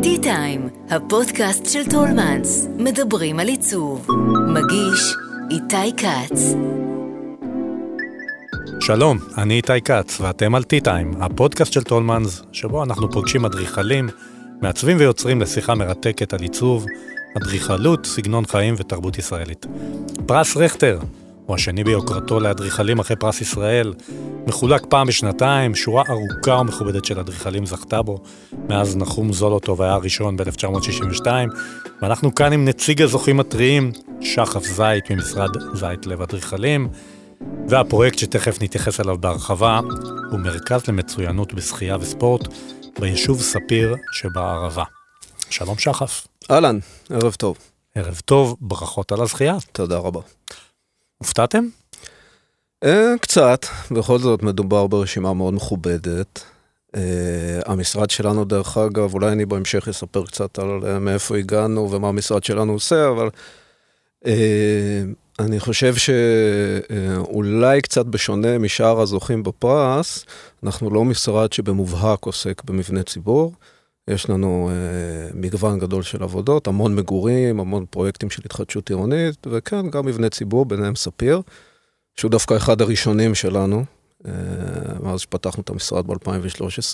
טי טיים, הפודקאסט של טולמנס, מדברים על עיצוב. מגיש איתי קץ. שלום, אני איתי קץ, ואתם על טי טיים, הפודקאסט של טולמנס, שבו אנחנו פוגשים אדריכלים, מעצבים ויוצרים לשיחה מרתקת על עיצוב, אדריכלות, סגנון חיים ותרבות ישראלית. פרס רכטר, הוא השני ביוקרתו לאדריכלים אחרי פרס ישראל, מחולק פעם בשנתיים, שורה ארוכה ומכובדת של אדריכלים זכתה בו, מאז נחום זולוטוב היה הראשון ב-1962, ואנחנו כאן עם נציג הזוכים הטריים, שחף זית ממשרד זית לב אדריכלים, והפרויקט שתכף נתייחס אליו בהרחבה, הוא מרכז למצוינות בשחייה וספורט, ביישוב ספיר שבערבה. שלום שחף. אהלן, ערב טוב. ערב טוב, ברכות על הזכייה. תודה רבה. הופתעתם? קצת, בכל זאת מדובר ברשימה מאוד מכובדת. המשרד שלנו דרך אגב, אולי אני בהמשך אספר קצת על מאיפה הגענו ומה המשרד שלנו עושה, אבל אני חושב שאולי קצת בשונה משאר הזוכים בפרס, אנחנו לא משרד שבמובהק עוסק במבנה ציבור, יש לנו מגוון גדול של עבודות, המון מגורים, המון פרויקטים של התחדשות עירונית, וכן, גם מבנה ציבור, ביניהם ספיר, שהוא דווקא אחד הראשונים שלנו, מאז שפתחנו את המשרד ב-2013.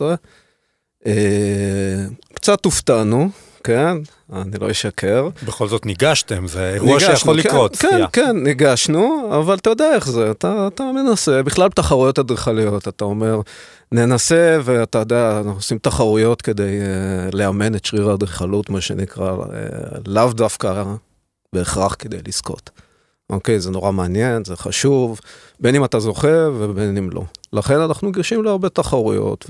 קצת הופתענו, כן, אני לא אשקר. בכל זאת ניגשתם, זה אירוע שיכול לקרות. כן, ניגשנו, אבל אתה יודע איך זה, אתה מנסה, בכלל בתחרויות אדריכליות, אתה אומר, ננסה, ואתה יודע, אנחנו עושים תחרויות כדי לאמן את שריר האדריכלות, מה שנקרא, לאו דווקא בהכרח כדי לזכות. אוקיי, זה נורא מעניין, זה חשוב, בין אם אתה זוכה ובין אם לא. לכן אנחנו ניגשים להרבה תחרויות,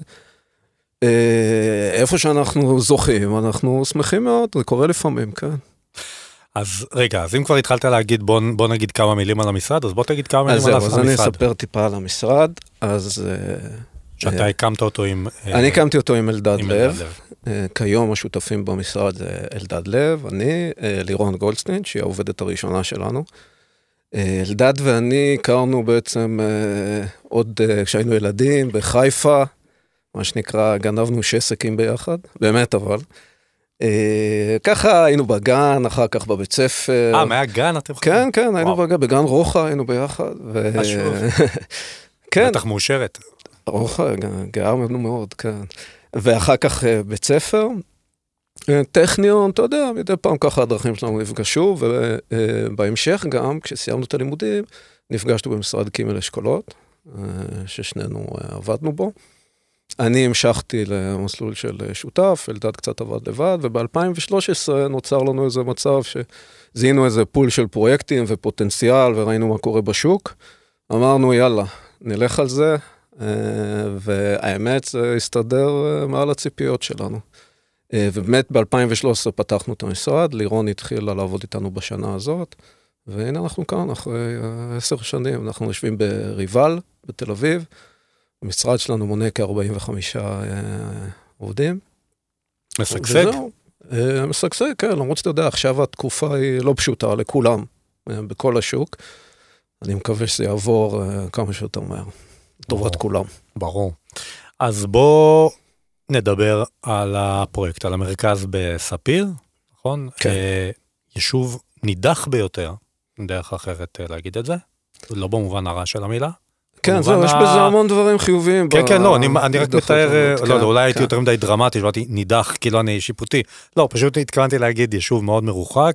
איפה שאנחנו זוכים, אנחנו שמחים מאוד, זה קורה לפעמים, כן. אז רגע, אז אם כבר התחלת להגיד, בוא נגיד כמה מילים על המשרד, אז בוא תגיד כמה מילים על המשרד. אז אני אספר טיפה על המשרד, אז... שאתה הקמת אותו עם... אני הקמתי אותו עם אלדד לב. כיום השותפים במשרד זה אלדד לב, אני, לירון גולדסטיין, שהיא העובדת הראשונה שלנו. אלדד ואני הכרנו בעצם עוד כשהיינו ילדים בחיפה, מה שנקרא, גנבנו שסקים ביחד, באמת אבל. ככה היינו בגן, אחר כך בבית ספר. מהגן אתם? כן, היינו בגן רוחה, היינו ביחד. חשוב. בטח מאושרת. רוחה, גארנו מאוד, כן. ואחר כך בית ספר, טכניון, אתה יודע, מדי פעם ככה הדרכים שלנו נפגשו, ובהמשך גם, כשסיימנו את הלימודים, נפגשנו במשרד קימל אשכולות, ששנינו עבדנו בו. אני המשכתי למסלול של שותף, אלדד קצת עבד לבד, וב-2013 נוצר לנו איזה מצב שזיהינו איזה פול של פרויקטים ופוטנציאל, וראינו מה קורה בשוק. אמרנו, יאללה, נלך על זה, והאמת זה הסתדר מעל הציפיות שלנו. ובאמת ב-2013 פתחנו את המשרד, לירון התחילה לעבוד איתנו בשנה הזאת, והנה אנחנו כאן אחרי 10 שנים, אנחנו יושבים בריבל, בתל אביב, המשרד שלנו מונה כ-45 עובדים. משגשג? משגשג, כן, למרות שאתה יודע, עכשיו התקופה היא לא פשוטה לכולם, בכל השוק. אני מקווה שזה יעבור כמה שיותר מהר, לטובת כולם. ברור. אז בוא נדבר על הפרויקט, על המרכז בספיר, נכון? כן. יישוב נידח ביותר, דרך אחרת להגיד את זה, לא במובן הרע של המילה. כן, זהו, יש בזה המון דברים חיוביים. כן, לא, אני רק מתאר, לא, אולי הייתי יותר מדי דרמטי, שבאתי נידח, כאילו אני שיפוטי. לא, פשוט התכוונתי להגיד יישוב מאוד מרוחק,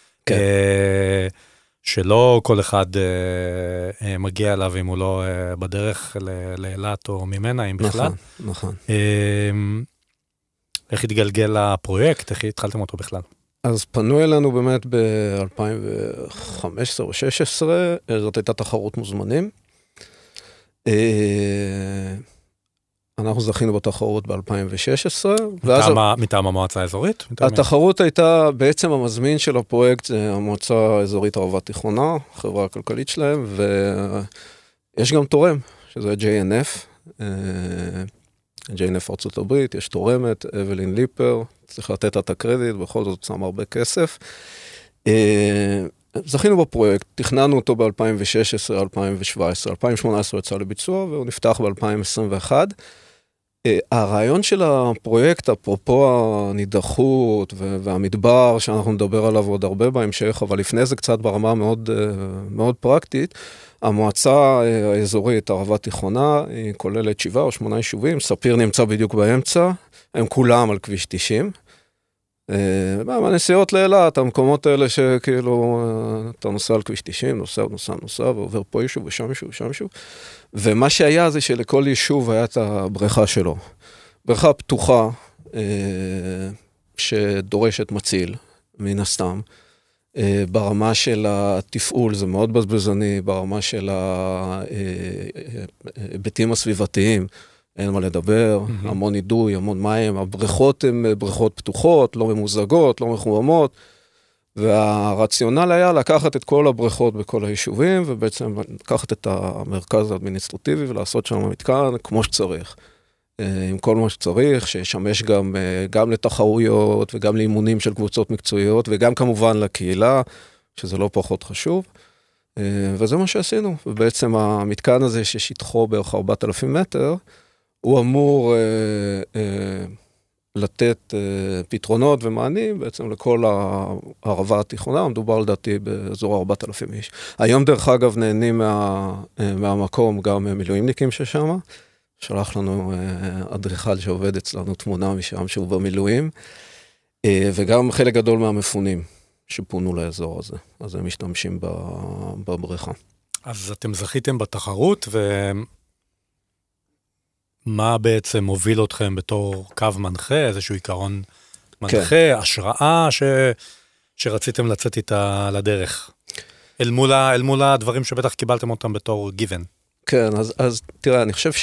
שלא כל אחד מגיע אליו אם הוא לא בדרך לאילת או ממנה, אם בכלל. נכון. איך התגלגל הפרויקט? איך התחלתם אותו בכלל? אז פנו אלינו באמת ב-2015 או 2016, זאת הייתה תחרות מוזמנים. אנחנו זכינו בתחרות ב-2016. מטעם המועצה האזורית? התחרות הייתה, בעצם המזמין של הפרויקט, זה המועצה האזורית ערבה תיכונה, החברה הכלכלית שלהם, ויש גם תורם, שזה JNF, JNF ארצות הברית, יש תורמת, אבלין ליפר, צריך לתת את הקרדיט, בכל זאת שם הרבה כסף. זכינו בפרויקט, תכננו אותו ב-2016, 2017, 2018 יצא לביצוע, והוא נפתח ב-2021. הרעיון של הפרויקט, אפרופו הנידחות והמדבר, שאנחנו נדבר עליו עוד הרבה בהמשך, אבל לפני זה קצת ברמה מאוד, מאוד פרקטית, המועצה האזורית, ערבה תיכונה, היא כוללת 7 או 8 יישובים, ספיר נמצא בדיוק באמצע, הם כולם על כביש 90. הנסיעות לאילת, המקומות האלה שכאילו, אתה נוסע על כביש 90, נוסע, ועובר פה יישוב ושם יישוב ושם יישוב. ומה שהיה זה שלכל יישוב היה את הבריכה שלו. בריכה פתוחה, שדורשת מציל, מן הסתם. ברמה של התפעול, זה מאוד בזבזני, ברמה של ההיבטים הסביבתיים, אין מה לדבר, המון עידוי, המון מים, הבריכות הן בריכות פתוחות, לא ממוזגות, לא מחוממות, והרציונל היה לקחת את כל הבריכות בכל היישובים, ובעצם לקחת את המרכז האדמיניסטרטיבי ולעשות שם מתקן כמו שצריך. עם כל מה שצריך, שישמש גם לתחרויות וגם לאימונים של קבוצות מקצועיות, וגם כמובן לקהילה, שזה לא פחות חשוב. וזה מה שעשינו. ובעצם המתקן הזה ששטחו בערך 4,000 מטר, הוא אמור לתת פתרונות ומענים בעצם לכל הערבה התיכונה, מדובר לדעתי באזור 4,000 איש. היום דרך אגב נהנים מהמקום גם מילואימניקים ששם, שלח לנו אדריכל שעובד אצלנו תמונה משם שהוא במילואים, וגם חלק גדול מהמפונים שפונו לאזור הזה, אז הם משתמשים בבריכה. אז אתם זכיתם בתחרות, ומה בעצם מוביל אתכם בתור קו מנחה, איזשהו עיקרון מנחה, כן. השראה שרציתם לצאת איתה לדרך, אל מול הדברים שבטח קיבלתם אותם בתור גיוון. כן, אז תראה, אני חושב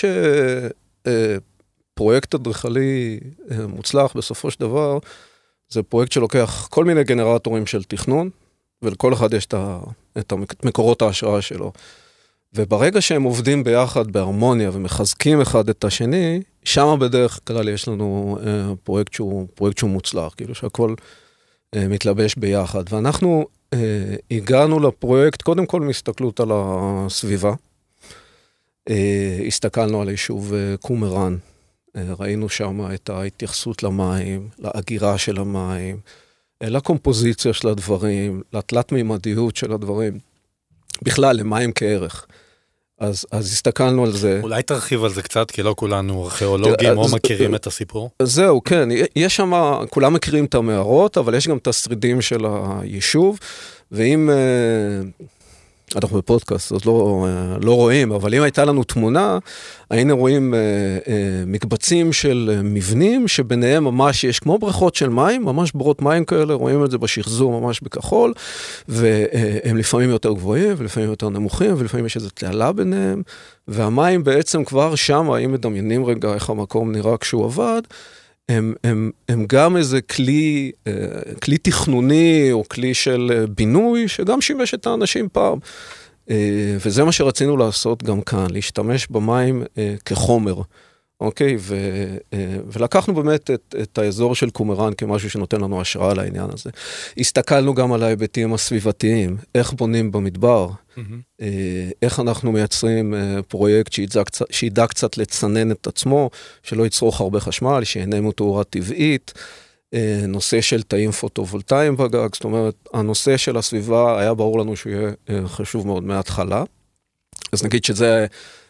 שפרויקט אדריכלי מוצלח בסופו של דבר, זה פרויקט שלוקח כל מיני גנרטורים של תכנון, ולכל אחד יש את מקורות ההשראה שלו. וברגע שהם עובדים ביחד בהרמוניה ומחזקים אחד את השני, שם בדרך כלל יש לנו פרויקט שהוא מוצלח, כאילו שהכל מתלבש ביחד. ואנחנו הגענו לפרויקט, קודם כל מסתכלות על הסביבה, הסתכלנו על היישוב קומראן, ראינו שם את ההתייחסות למים, להגירה של המים, לקומפוזיציה של הדברים, לתלת מימדיות של הדברים, בכלל למים כערך. אז הסתכלנו על זה. אולי תרחיב על זה קצת, כי לא כולנו ארכיאולוגים או מכירים את הסיפור. זהו, כן, יש שם, כולם מכירים את המערות, אבל יש גם את השרידים של היישוב, ואם אנחנו בפודקאסט, אז לא רואים, אבל אם הייתה לנו תמונה, היינו רואים מקבצים של מבנים, שביניהם ממש יש כמו בריכות של מים, ממש בורות מים כאלה, רואים את זה בשחזור ממש בכחול, והם לפעמים יותר גבוהים, ולפעמים יותר נמוכים, ולפעמים יש איזו תעלה ביניהם, והמים בעצם כבר שם, אם מדמיינים רגע איך המקום נראה כשהוא עבד, הם גם איזה כלי תכנוני או כלי של בינוי שגם שימש את האנשים פעם. וזה מה שרצינו לעשות גם כאן, להשתמש במים כחומר. אוקיי? ולקחנו באמת את האזור של קומראן כמשהו שנותן לנו השראה לעניין הזה. הסתכלנו גם על ההיבטים הסביבתיים, איך בונים במדבר, איך אנחנו מייצרים פרויקט שידע קצת לצנן את עצמו, שלא יצרוך הרבה חשמל, שיהנה מתאורה טבעית, נושא של תאים פוטו-וולטאיים בגג, זאת אומרת, הנושא של הסביבה היה ברור לנו שהוא יהיה חשוב מאוד מההתחלה. אז נגיד שזה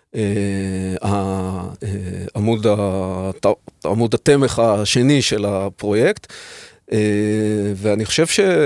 עמוד התמך השני של הפרויקט, ואני חושב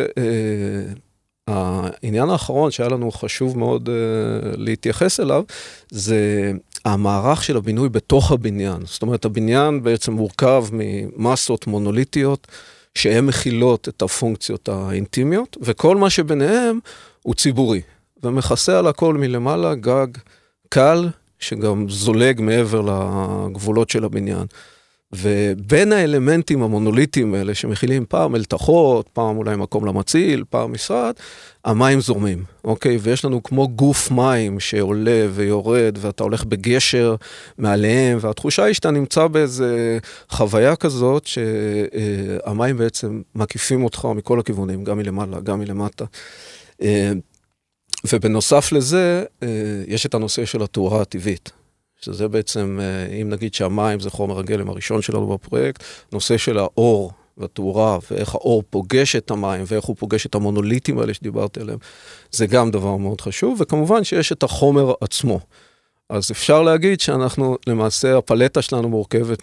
שהעניין האחרון שהיה לנו חשוב מאוד להתייחס אליו, זה המערך של הבינוי בתוך הבניין. זאת אומרת, הבניין בעצם מורכב ממסות מונוליטיות, שהן מכילות את הפונקציות האינטימיות, וכל מה שביניהם הוא ציבורי, ומכסה על הכל מלמעלה גג קל, שגם זולג מעבר לגבולות של הבניין. ובין האלמנטים המונוליטיים האלה, שמכילים פעם מלתחות, פעם אולי מקום למציל, פעם משרד, המים זורמים, אוקיי? ויש לנו כמו גוף מים שעולה ויורד, ואתה הולך בגשר מעליהם, והתחושה היא שאתה נמצא באיזה חוויה כזאת, שהמים בעצם מקיפים אותך מכל הכיוונים, גם מלמעלה, גם מלמטה. ובנוסף לזה, יש את הנושא של התאורה הטבעית, שזה בעצם, אם נגיד שהמים זה חומר הגלם הראשון שלנו בפרויקט, נושא של האור והתאורה, ואיך האור פוגש את המים, ואיך הוא פוגש את המונוליטים האלה שדיברתי עליהם, זה גם דבר מאוד חשוב, וכמובן שיש את החומר עצמו. אז אפשר להגיד שאנחנו, למעשה, הפלטה שלנו מורכבת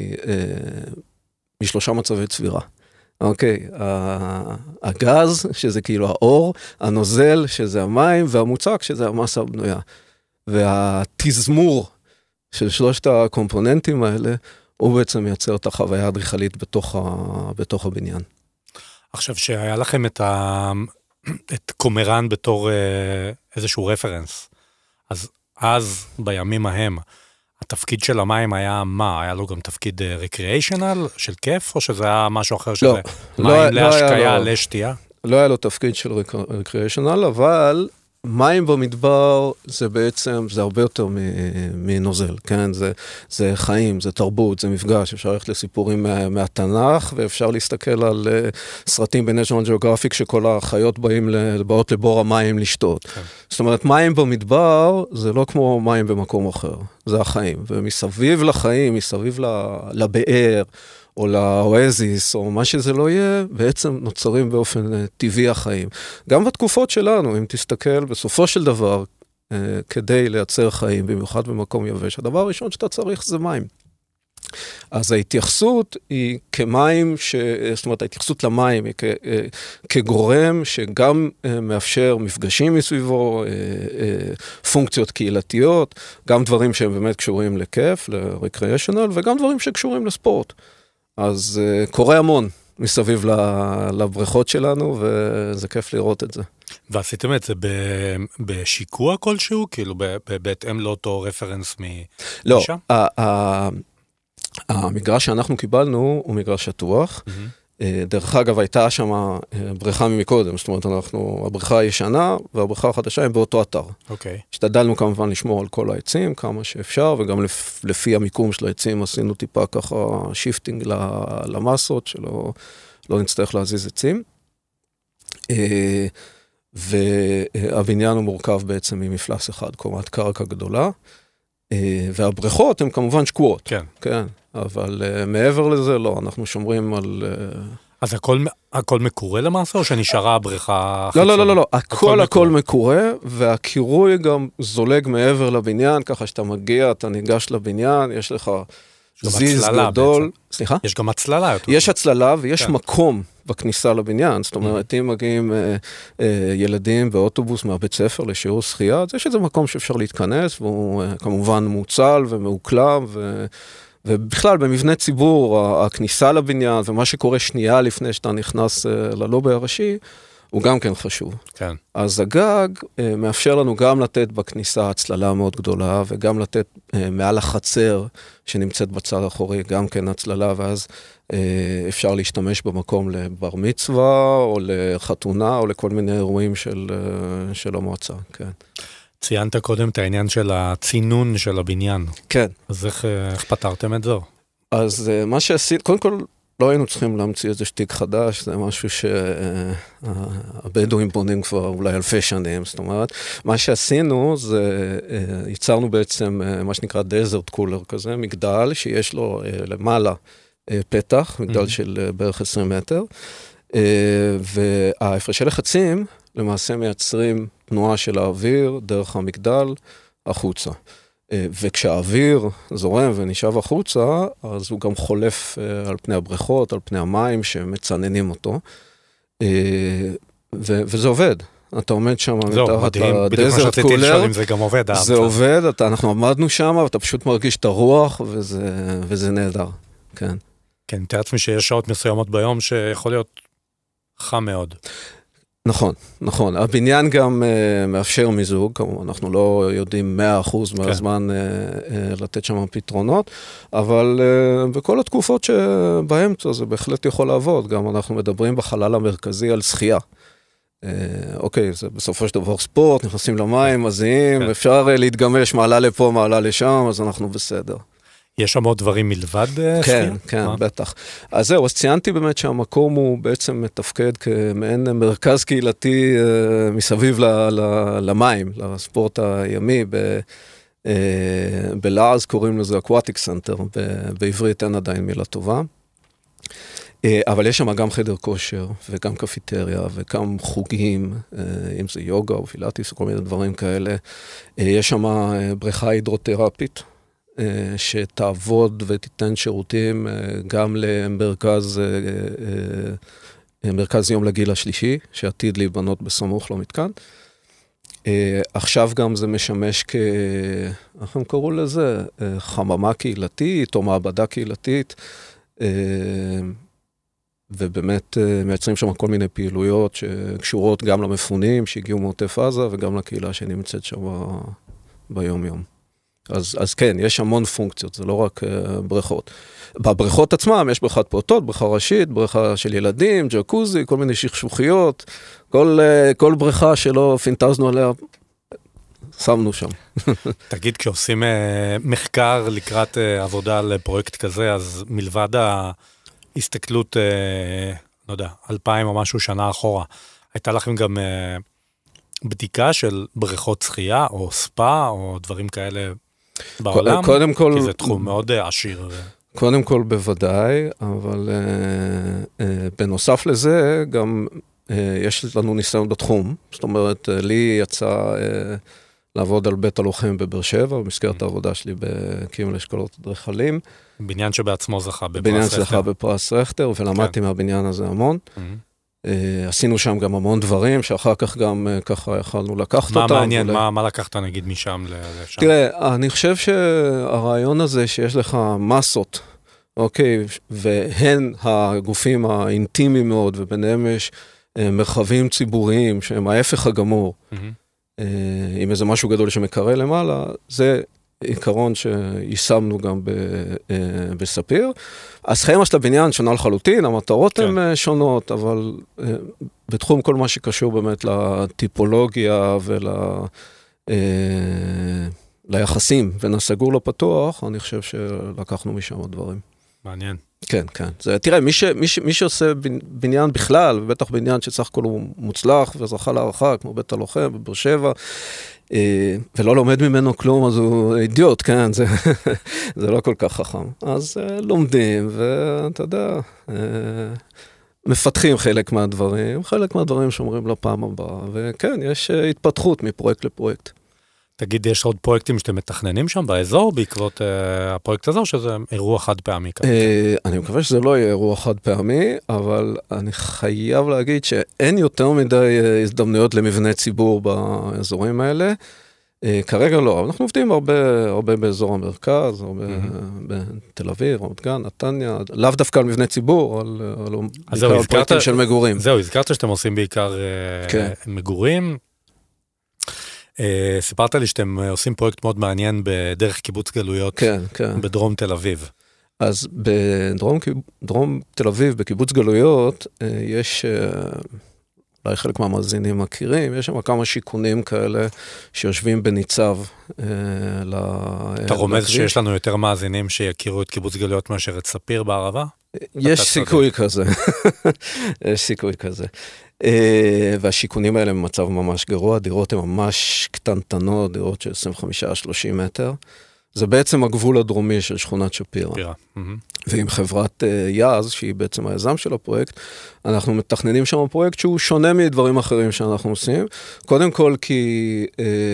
משלושה מצבי צבירה. אוקיי, הגז, שזה כאילו האור, הנוזל, שזה המים, והמוצק, שזה המסה הבנויה. והתזמור של שלושת הקומפוננטים האלה, הוא בעצם מייצר את החוויה האדריכלית בתוך הבניין. עכשיו שהיה לכם את קומראן בתור איזשהו רפרנס, אז בימים ההם, התפקיד של המים היה מה? היה לו גם תפקיד ריקריאיישנל של כיף, או שזה היה משהו אחר שזה מים להשקיה, לשתייה? לא היה לו תפקיד של ריקריאיישנל, אבל מים במדבר זה בעצם, זה הרבה יותר מנוזל, כן? זה חיים, זה תרבות, זה מפגש, אפשר ללכת לסיפורים מהתנ"ך, ואפשר להסתכל על סרטים ב-National Geographic, שכל החיות באות לבור המים לשתות. כן. זאת אומרת, מים במדבר זה לא כמו מים במקום אחר, זה החיים, ומסביב לחיים, מסביב לבאר, או לאואזיס, או מה שזה לא יהיה, בעצם נוצרים באופן טבעי החיים. גם בתקופות שלנו, אם תסתכל, בסופו של דבר, כדי לייצר חיים, במיוחד במקום יבש, הדבר הראשון שאתה צריך זה מים. אז ההתייחסות היא כמים, זאת אומרת, ההתייחסות למים היא כגורם שגם מאפשר מפגשים מסביבו, פונקציות קהילתיות, גם דברים שהם באמת קשורים לכיף, לריקריאיישנל, וגם דברים שקשורים לספורט. אז קורה המון מסביב לבריכות שלנו, וזה כיף לראות את זה. ועשיתם את זה בשיקוע כלשהו? כאילו בהתאם לאותו רפרנס משם? לא, המגרש שאנחנו קיבלנו הוא מגרש שטוח. דרך אגב, הייתה שם בריכה ממקודם, זאת אומרת, הבריכה הישנה והבריכה החדשה הם באותו אתר. אוקיי. השתדלנו כמובן לשמור על כל העצים כמה שאפשר, וגם לפי המיקום של העצים עשינו טיפה ככה שיפטינג למסות, שלא נצטרך להזיז עצים. והבניין הוא מורכב בעצם ממפלס אחד, קומת קרקע גדולה, והבריכות הן כמובן שקועות. כן. כן. אבל מעבר לזה לא, אנחנו שומרים על... אז הכל מקורה למעשה, או שנשארה הבריכה? לא, הכל מקורה, והקירוי גם זולג מעבר לבניין, ככה שאתה מגיע, אתה ניגש לבניין, יש לך זיז גדול. סליחה? יש גם הצללה. יש הצללה, ויש מקום בכניסה לבניין, זאת אומרת, אם מגיעים ילדים באוטובוס מהבית ספר לשיעור שחייה, אז יש איזה מקום שאפשר להתכנס, והוא כמובן מוצל ומעוקלם, ובכלל, במבנה ציבור, הכניסה לבניין, ומה שקורה שנייה לפני שאתה נכנס ללובי הראשי, הוא גם כן חשוב. כן. אז הגג מאפשר לנו גם לתת בכניסה הצללה מאוד גדולה, וגם לתת מעל החצר שנמצאת בצד האחורי, גם כן הצללה, ואז אפשר להשתמש במקום לבר מצווה, או לחתונה, או לכל מיני אירועים של המועצה, כן. ציינת קודם את העניין של הצינון של הבניין. כן. אז איך פתרתם את זו? אז מה שעשית, קודם כל, לא היינו צריכים להמציא איזה שטיק חדש, זה משהו שהבדואים בונים כבר אולי אלפי שנים, זאת אומרת, מה שעשינו זה, ייצרנו בעצם מה שנקרא דזרט קולר כזה, מגדל שיש לו למעלה פתח, מגדל של בערך 20 מטר, וההפרשי לחצים למעשה מייצרים תנועה של האוויר דרך המגדל החוצה. וכשהאוויר זורם ונשאב החוצה, אז הוא גם חולף על פני הבריכות, על פני המים שמצננים אותו, וזה עובד. אתה עומד שם מתחת לדזרט קולר, זה גם עובד. זה עובד, אנחנו עמדנו שם, ואתה פשוט מרגיש את הרוח, וזה נהדר, כן. כן, תראה עצמי שיש שעות מסוימות ביום שיכול להיות חם מאוד. נכון. הבניין גם מאפשר מיזוג, כמובן, אנחנו לא יודעים 100% מהזמן לתת שם פתרונות, אבל בכל התקופות שבאמצע זה בהחלט יכול לעבוד, גם אנחנו מדברים בחלל המרכזי על שחייה. אוקיי, זה בסופו של דבר ספורט, נכנסים למים, מזיעים, אפשר להתגמש מעלה לפה, מעלה לשם, אז אנחנו בסדר. יש שם עוד דברים מלבד? כן, בטח. אז זהו, אז ציינתי באמת שהמקום הוא בעצם מתפקד כמעין מרכז קהילתי מסביב למים, לספורט הימי, בלעז קוראים לזה אקוואטיק סנטר, בעברית אין עדיין מילה טובה. אבל יש שם גם חדר כושר, וגם קפיטריה, וגם חוגים, אם זה יוגה או פילאטיס, או כל מיני דברים כאלה. יש שם בריכה הידרותרפית, שתעבוד ותיתן שירותים גם למרכז יום לגיל השלישי, שעתיד להיבנות בסמוך למתקן. עכשיו גם זה משמש איך הם קראו לזה? חממה קהילתית או מעבדה קהילתית, ובאמת מייצרים שם כל מיני פעילויות שקשורות גם למפונים שהגיעו מעוטף עזה וגם לקהילה שנמצאת שם ביום יום. אז כן, יש המון פונקציות, זה לא רק בריכות. בבריכות עצמם יש בריכת פעוטות, בריכה ראשית, בריכה של ילדים, ג'קוזי, כל מיני שכשוכיות, כל בריכה שלא פינטזנו עליה, שמנו שם. תגיד, כשעושים מחקר לקראת עבודה על פרויקט כזה, אז מלבד ההסתכלות, לא יודע, 2000 או משהו שנה אחורה, הייתה לכם גם בדיקה של בריכות שחייה או ספא או דברים כאלה בעולם? קודם כל, כי זה תחום מאוד עשיר. קודם כל בוודאי, אבל בנוסף לזה גם יש לנו ניסיון בתחום. זאת אומרת, לי יצא לעבוד על בית הלוחם בבאר שבע, במסגרת העבודה שלי בקיום לאשכולות אדריכלים. בניין שבעצמו זכה בפרס בניין רכטר. זכה בפרס רכטר, ולמדתי מהבניין הזה המון. עשינו שם גם המון דברים, שאחר כך גם ככה יכלנו לקחת אותם. מה מעניין? מה לקחת נגיד משם לשם? תראה, אני חושב שהרעיון הזה שיש לך מסות, אוקיי, והן הגופים האינטימיים מאוד, וביניהם יש מרחבים ציבוריים, שהם ההפך הגמור, עם איזה משהו גדול שמקרה למעלה, זה עיקרון שיישמנו גם בספיר. הסכמה של הבניין שונה לחלוטין, המטרות הן שונות, אבל בתחום כל מה שקשור באמת לטיפולוגיה ליחסים בין הסגור לפתוח, אני חושב שלקחנו משם דברים. מעניין. כן, כן. תראה, מי שעושה בניין בכלל, ובטח בניין שסך הכל הוא מוצלח וזכה להערכה, כמו בית הלוחם בבאר שבע, ולא לומד ממנו כלום, אז הוא אידיוט, כן, זה לא כל כך חכם. אז לומדים, ואתה יודע, מפתחים חלק מהדברים שאומרים לפעם הבאה, וכן, יש התפתחות מפרויקט לפרויקט. תגיד, יש עוד פרויקטים שאתם מתכננים שם באזור, בעקבות הפרויקט הזה, או שזה אירוע חד פעמי? אני מקווה שזה לא יהיה אירוע חד פעמי, אבל אני חייב להגיד שאין יותר מדי הזדמנויות למבנה ציבור באזורים האלה. כרגע לא, אנחנו עובדים הרבה באזור המרכז, הרבה בתל אביב, רמת גן, נתניה, לאו דווקא על מבנה ציבור, על פרויקטים של מגורים. זהו, הזכרת שאתם עושים בעיקר מגורים. סיפרת לי שאתם עושים פרויקט מאוד מעניין בדרך קיבוץ גלויות בדרום תל אביב. אז בדרום תל אביב, בקיבוץ גלויות, יש, אולי חלק מהמאזינים מכירים, יש שם כמה שיכונים כאלה שיושבים בניצב אתה רומז שיש לנו יותר מאזינים שיכירו את קיבוץ גלויות מאשר את ספיר בערבה? יש סיכוי כזה. יש סיכוי כזה. והשיכונים האלה במצב ממש גרוע, דירות הן ממש קטנטנות, דירות של 25-30 מטר. זה בעצם הגבול הדרומי של שכונת שפירא. ועם חברת יאז, שהיא בעצם היזם של הפרויקט, אנחנו מתכננים שם פרויקט שהוא שונה מדברים אחרים שאנחנו עושים. קודם כל כי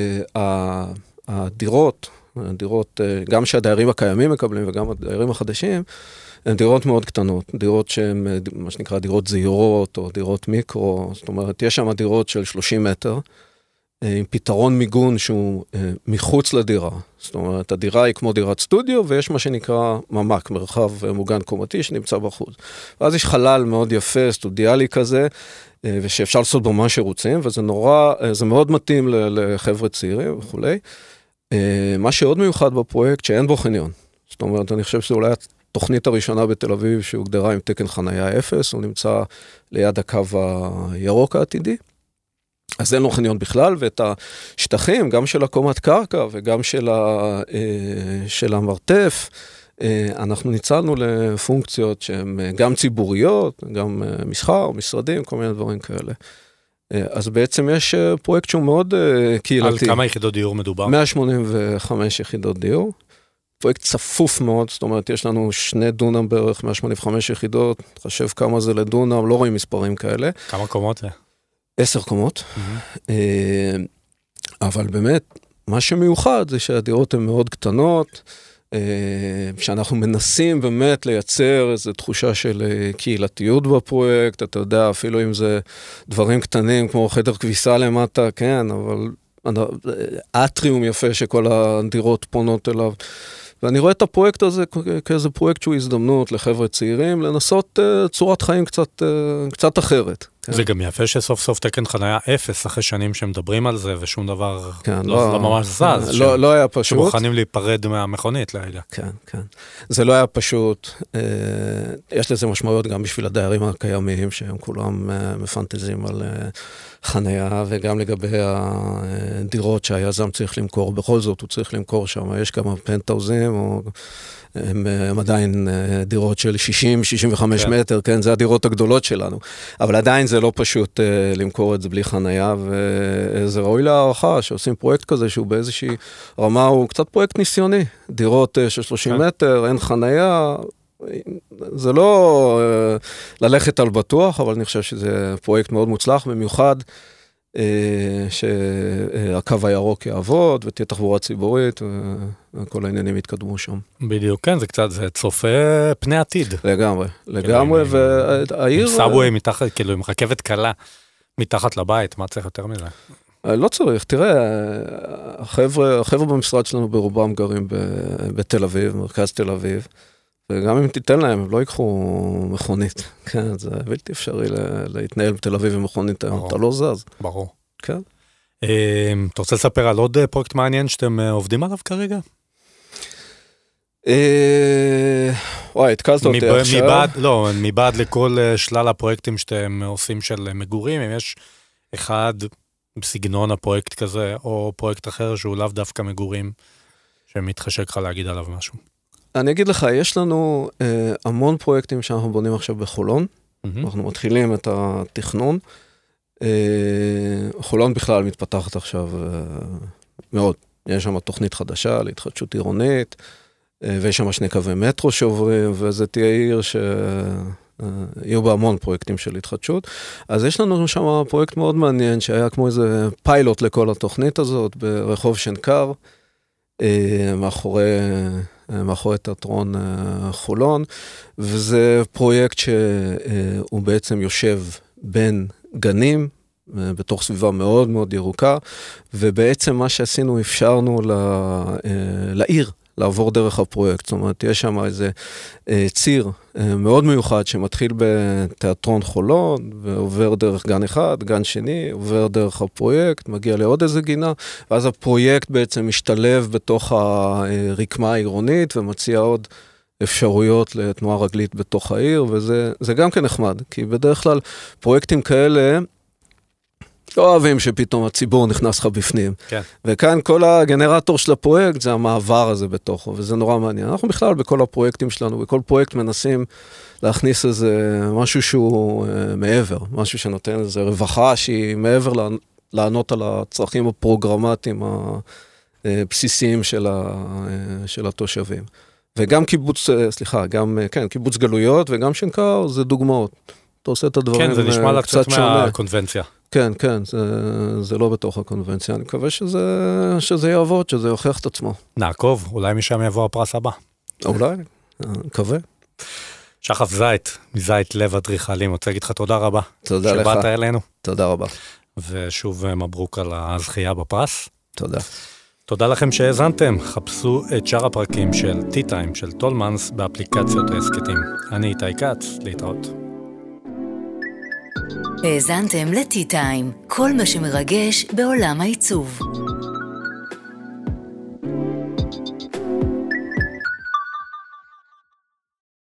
הדירות, גם שהדיירים הקיימים מקבלים וגם הדיירים החדשים, הן דירות מאוד קטנות, דירות שהן, מה שנקרא, דירות זעירות או דירות מיקרו, זאת אומרת, יש שם דירות של 30 מטר, עם פתרון מיגון שהוא מחוץ לדירה. זאת אומרת, הדירה היא כמו דירת סטודיו, ויש מה שנקרא ממ"ק, מרחב מוגן קומתי, שנמצא בחוץ. ואז יש חלל מאוד יפה, סטודיאלי כזה, ושאפשר לעשות בו מה שרוצים, וזה זה מאוד מתאים לחבר'ה צעירים וכו'. מה שעוד מיוחד בפרויקט, שאין בו חניון. זאת אומרת, אני חושב שזה אולי התוכנית הראשונה בתל אביב, שהוגדרה עם תקן חנייה 0, הוא נמצא ליד הקו הירוק העתידי. אז אין לו חניון בכלל, ואת השטחים, גם של הקומת קרקע וגם של המרתף, אנחנו ניצלנו לפונקציות שהן גם ציבוריות, גם מסחר, משרדים, כל מיני דברים כאלה. אז בעצם יש פרויקט שהוא מאוד קהילתי. על כמה יחידות דיור מדובר? 185 יחידות דיור. פרויקט צפוף מאוד, זאת אומרת, יש לנו 2 דונם בערך, 185 יחידות, חשב כמה זה לדונם, לא רואים מספרים כאלה. כמה קומות זה? 10 קומות. אבל באמת, מה שמיוחד זה שהדירות הן מאוד קטנות, שאנחנו מנסים באמת לייצר איזו תחושה של קהילתיות בפרויקט, אתה יודע, אפילו אם זה דברים קטנים כמו חדר כביסה למטה, כן, אבל אטריום יפה שכל הדירות פונות אליו. ואני רואה את הפרויקט הזה כאיזה פרויקט שהוא הזדמנות לחבר'ה צעירים, לנסות צורת חיים קצת אחרת. זה גם יפה שסוף סוף תקן חניה 0, אחרי שנים שמדברים על זה, ושום דבר לא ממש זז. לא היה פשוט. שמוכנים להיפרד מהמכונית לילה. כן, כן. זה לא היה פשוט. יש לזה משמעויות גם בשביל הדיירים הקיימים, שהם כולם מפנטזים על חניה, וגם לגבי הדירות שהיזם צריך למכור. בכל זאת הוא צריך למכור שם. יש כמה פנטאוזים, או הם עדיין דירות של 60-65 מטר, כן, זה הדירות הגדולות שלנו. אבל עדיין זה לא פשוט למכור את זה בלי חנייה, וזה ראוי להערכה שעושים פרויקט כזה, שהוא באיזושהי רמה, הוא קצת פרויקט ניסיוני. דירות של 30 מטר, אין חנייה, זה לא ללכת על בטוח, אבל אני חושב שזה פרויקט מאוד מוצלח, במיוחד שהקו הירוק יעבוד, ותהיה תחבורה ציבורית, וכל העניינים יתקדמו שם. בדיוק, כן, זה קצת, זה צופה פני עתיד. לגמרי, לגמרי, והעיר... עם סאבווי מתחת, כאילו, עם רכבת קלה מתחת לבית, מה צריך יותר מזה? לא צריך, תראה, החבר'ה במשרד שלנו ברובם גרים בתל אביב, מרכז תל אביב, וגם אם תיתן להם, הם לא ייקחו מכונית. כן, זה בלתי אפשרי להתנהל בתל אביב עם מכונית, אתה לא זז. ברור. כן. אתה רוצה לספר על עוד פרויקט מעניין שאתם עובדים עליו כרגע? וואי, התקלת אותי עכשיו. לא, מבעד לכל שלל הפרויקטים שאתם עושים של מגורים, אם יש אחד בסגנון הפרויקט כזה, או פרויקט אחר שהוא לאו דווקא מגורים, שמתחשק לך להגיד עליו משהו. אני אגיד לך, יש לנו המון פרויקטים שאנחנו בונים עכשיו בחולון, אנחנו מתחילים את התכנון, חולון בכלל מתפתחת עכשיו מאוד, יש שם תוכנית חדשה להתחדשות עירונית, ויש שם 2 קווי מטרו שעוברים, וזה תהיה עיר שיהיו בה המון פרויקטים של התחדשות, אז יש לנו שם פרויקט מאוד מעניין, שהיה כמו איזה פיילוט לכל התוכנית הזאת, ברחוב שנקר, מאחורי תיאטרון חולון, וזה פרויקט שהוא בעצם יושב בין גנים, בתוך סביבה מאוד מאוד ירוקה, ובעצם מה שעשינו, אפשרנו לעיר לעבור דרך הפרויקט, זאת אומרת, יש שם איזה ציר מאוד מיוחד שמתחיל בתיאטרון חולון, ועובר דרך גן אחד, גן שני, עובר דרך הפרויקט, מגיע לעוד איזה גינה, ואז הפרויקט בעצם משתלב בתוך הרקמה העירונית, ומציע עוד אפשרויות לתנועה רגלית בתוך העיר, וזה גם כן נחמד, כי בדרך כלל פרויקטים כאלה, לא אוהבים שפתאום הציבור נכנס לך בפנים. כן. וכאן כל הגנרטור של הפרויקט זה המעבר הזה בתוכו, וזה נורא מעניין. אנחנו בכלל בכל הפרויקטים שלנו, בכל פרויקט מנסים להכניס איזה משהו שהוא מעבר, משהו שנותן איזה רווחה שהיא מעבר לענות על הצרכים הפרוגרמטיים הבסיסיים של התושבים. וגם קיבוץ, קיבוץ גלויות וגם שנקר זה דוגמאות. אתה עושה את הדברים קצת שונה. כן, זה נשמע לה קצת מהקונבנציה. כן, כן, זה לא בתוך הקונבנציה. אני מקווה שזה יעבוד, שזה יוכיח את עצמו. נעקוב, אולי משם יבוא הפרס הבא. אולי, מקווה. שחף זית, מזית לב אדריכלים, רוצה להגיד לך תודה רבה. תודה לך. שבאת אלינו. תודה רבה. ושוב מברוק על הזכייה בפרס. תודה. תודה לכם שהאזנתם. חפשו את שאר הפרקים של T-Time של טולמנס באפליקציות ההסקטים. אני איתי כץ, להתראות. האזנתם ל-T-Time, כל מה שמרגש בעולם העיצוב.